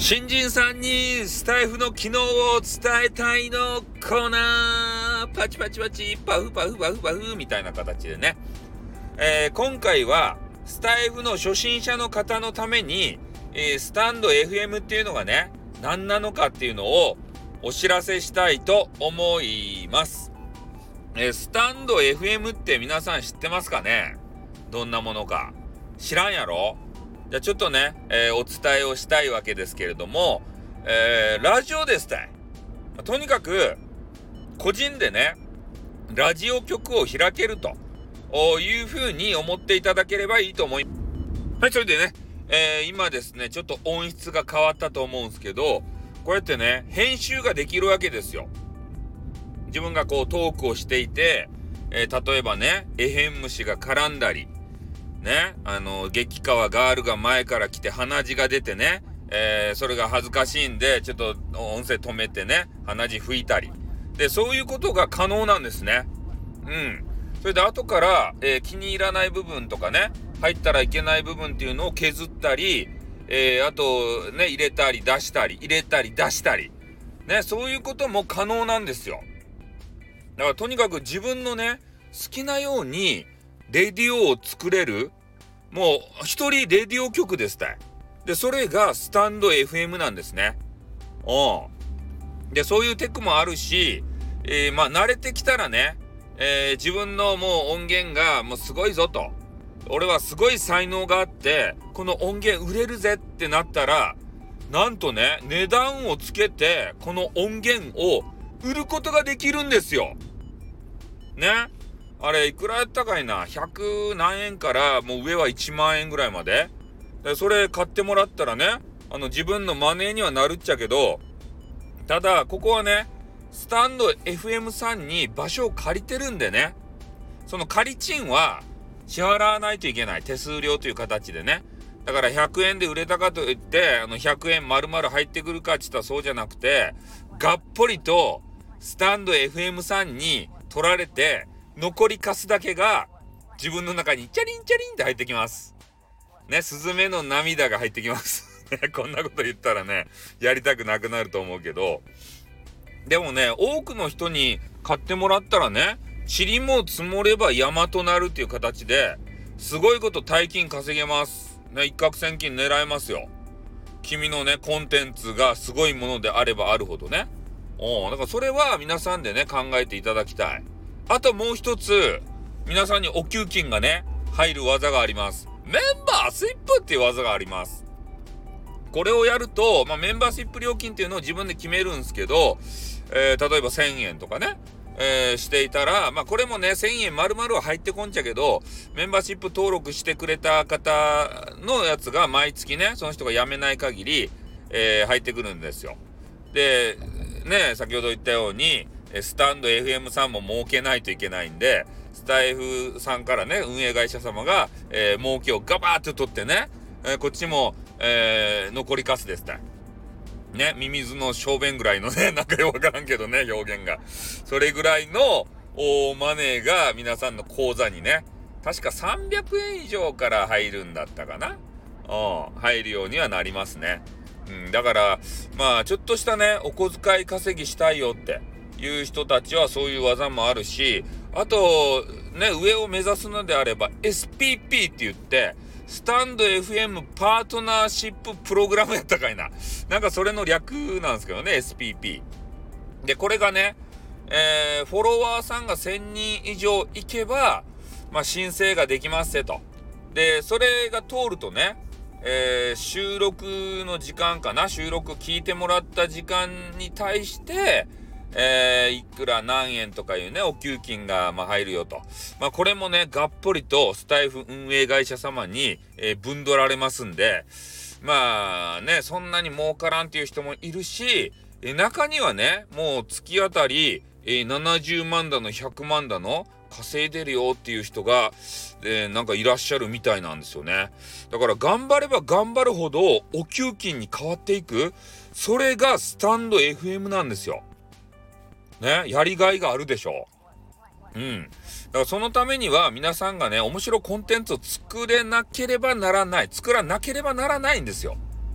新人さんにスタイフの機能を伝えたいのコーナー、パチパチパチパフパフパフパフみたいな形でね、今回はスタイフの初心者の方のために、スタンド FM っていうのがね何なのかっていうのをお知らせしたいと思います。スタンド FM って皆さん知ってますかね？どんなものか知らんやろ？じゃあちょっとね、お伝えをしたいわけですけれども、ラジオですたい。とにかく個人でねラジオ局を開けるというふうに思っていただければいいと思います。はい、それでね、今ですねちょっと音質が変わったと思うんですけど、こうやってね編集ができるわけですよ。自分がこうトークをしていて、例えばねエヘン虫が絡んだりね、激川ガールが前から来て鼻血が出てね、それが恥ずかしいんでちょっと音声止めてね鼻血拭いたりで、そういうことが可能なんですね。それで後から、気に入らない部分とかね入ったらいけない部分っていうのを削ったり、あとね入れたり出したりね、そういうことも可能なんですよ。だからとにかく自分のね好きなようにレディオを作れる、もう一人レディオ局ですたい。でそれがスタンド FM なんですね。でそういうテクもあるし、慣れてきたらね、自分のもう音源がもうすごいぞと、俺はすごい才能があってこの音源売れるぜってなったら、なんとね値段をつけてこの音源を売ることができるんですよね。あれいくらやったかいな、100何円からもう上は1万円ぐらいまでで、それ買ってもらったらね自分のマネーにはなるっちゃけど、ただここはねスタンド FM さんに場所を借りてるんでね、その借り賃は支払わないといけない、手数料という形でね。だから100円で売れたかといって100円丸々入ってくるかって言ったらそうじゃなくて、がっぽりとスタンド FM さんに取られて残りカスだけが自分の中にチャリンチャリンって入ってきますね。スズメの涙が入ってきますこんなこと言ったらねやりたくなくなると思うけど、でもね多くの人に買ってもらったらね、塵も積もれば山となるっていう形ですごいこと大金稼げますね。一攫千金狙えますよ。君のねコンテンツがすごいものであればあるほどね。だからそれは皆さんでね考えていただきたい。あともう一つ皆さんにお給金がね入る技があります。メンバーシップっていう技があります。これをやると、メンバーシップ料金っていうのを自分で決めるんですけど、例えば1000円とかね、していたら、これもね1000円丸々は入ってこんちゃけど、メンバーシップ登録してくれた方のやつが毎月ねその人が辞めない限り、入ってくるんですよ。でね、先ほど言ったようにスタンド FM さんも儲けないといけないんで、スタイフさんからね運営会社様が、儲けをガバーッと取ってね、こっちも、残りカスですたいね。ミミズの小便ぐらいのね、なんかよくわからんけどね表現が、それぐらいのマネーが皆さんの口座にね、確か300円以上から入るんだったかな、入るようにはなりますね。だからちょっとしたねお小遣い稼ぎしたいよっていう人たちはそういう技もあるし、あとね上を目指すのであれば SPP って言ってスタンド FM パートナーシッププログラムやったかいな、なんかそれの略なんですけどね SPP で、これがね、フォロワーさんが1000人以上いけば申請ができますよと。でそれが通るとね、収録の時間かな、収録聞いてもらった時間に対していくら何円とかいうねお給金が入るよと。これもねがっぽりとスタイフ運営会社様に、分取られますんで、そんなに儲からんっていう人もいるし、中にはねもう月あたり、70万だの100万だの稼いでるよっていう人が、なんかいらっしゃるみたいなんですよね。だから頑張れば頑張るほどお給金に変わっていく、それがスタンド FM なんですよね。やりがいがあるでしょ。だからそのためには皆さんがね面白いコンテンツを作らなければならないんですよ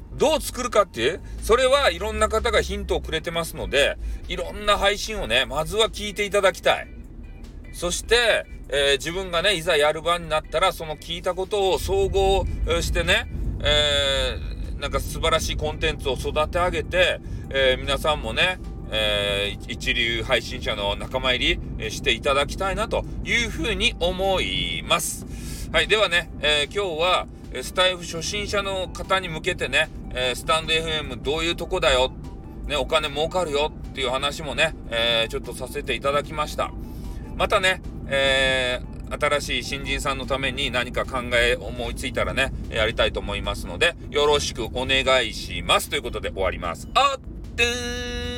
どう作るかっていう、それはいろんな方がヒントをくれてますので、いろんな配信をね、まずは聞いていただきたい。そして、自分がね、いざやる番になったら、その聞いたことを総合してね、なんか素晴らしいコンテンツを育て上げて、皆さんもね、一流配信者の仲間入りしていただきたいなというふうに思います。はい、ではね、今日はスタイフ初心者の方に向けてね、スタンド FM どういうとこだよ、ね、お金儲かるよっていう話もね、ちょっとさせていただきました。またね、新しい新人さんのために何か思いついたらね、やりたいと思いますので、よろしくお願いしますということで終わります。あってー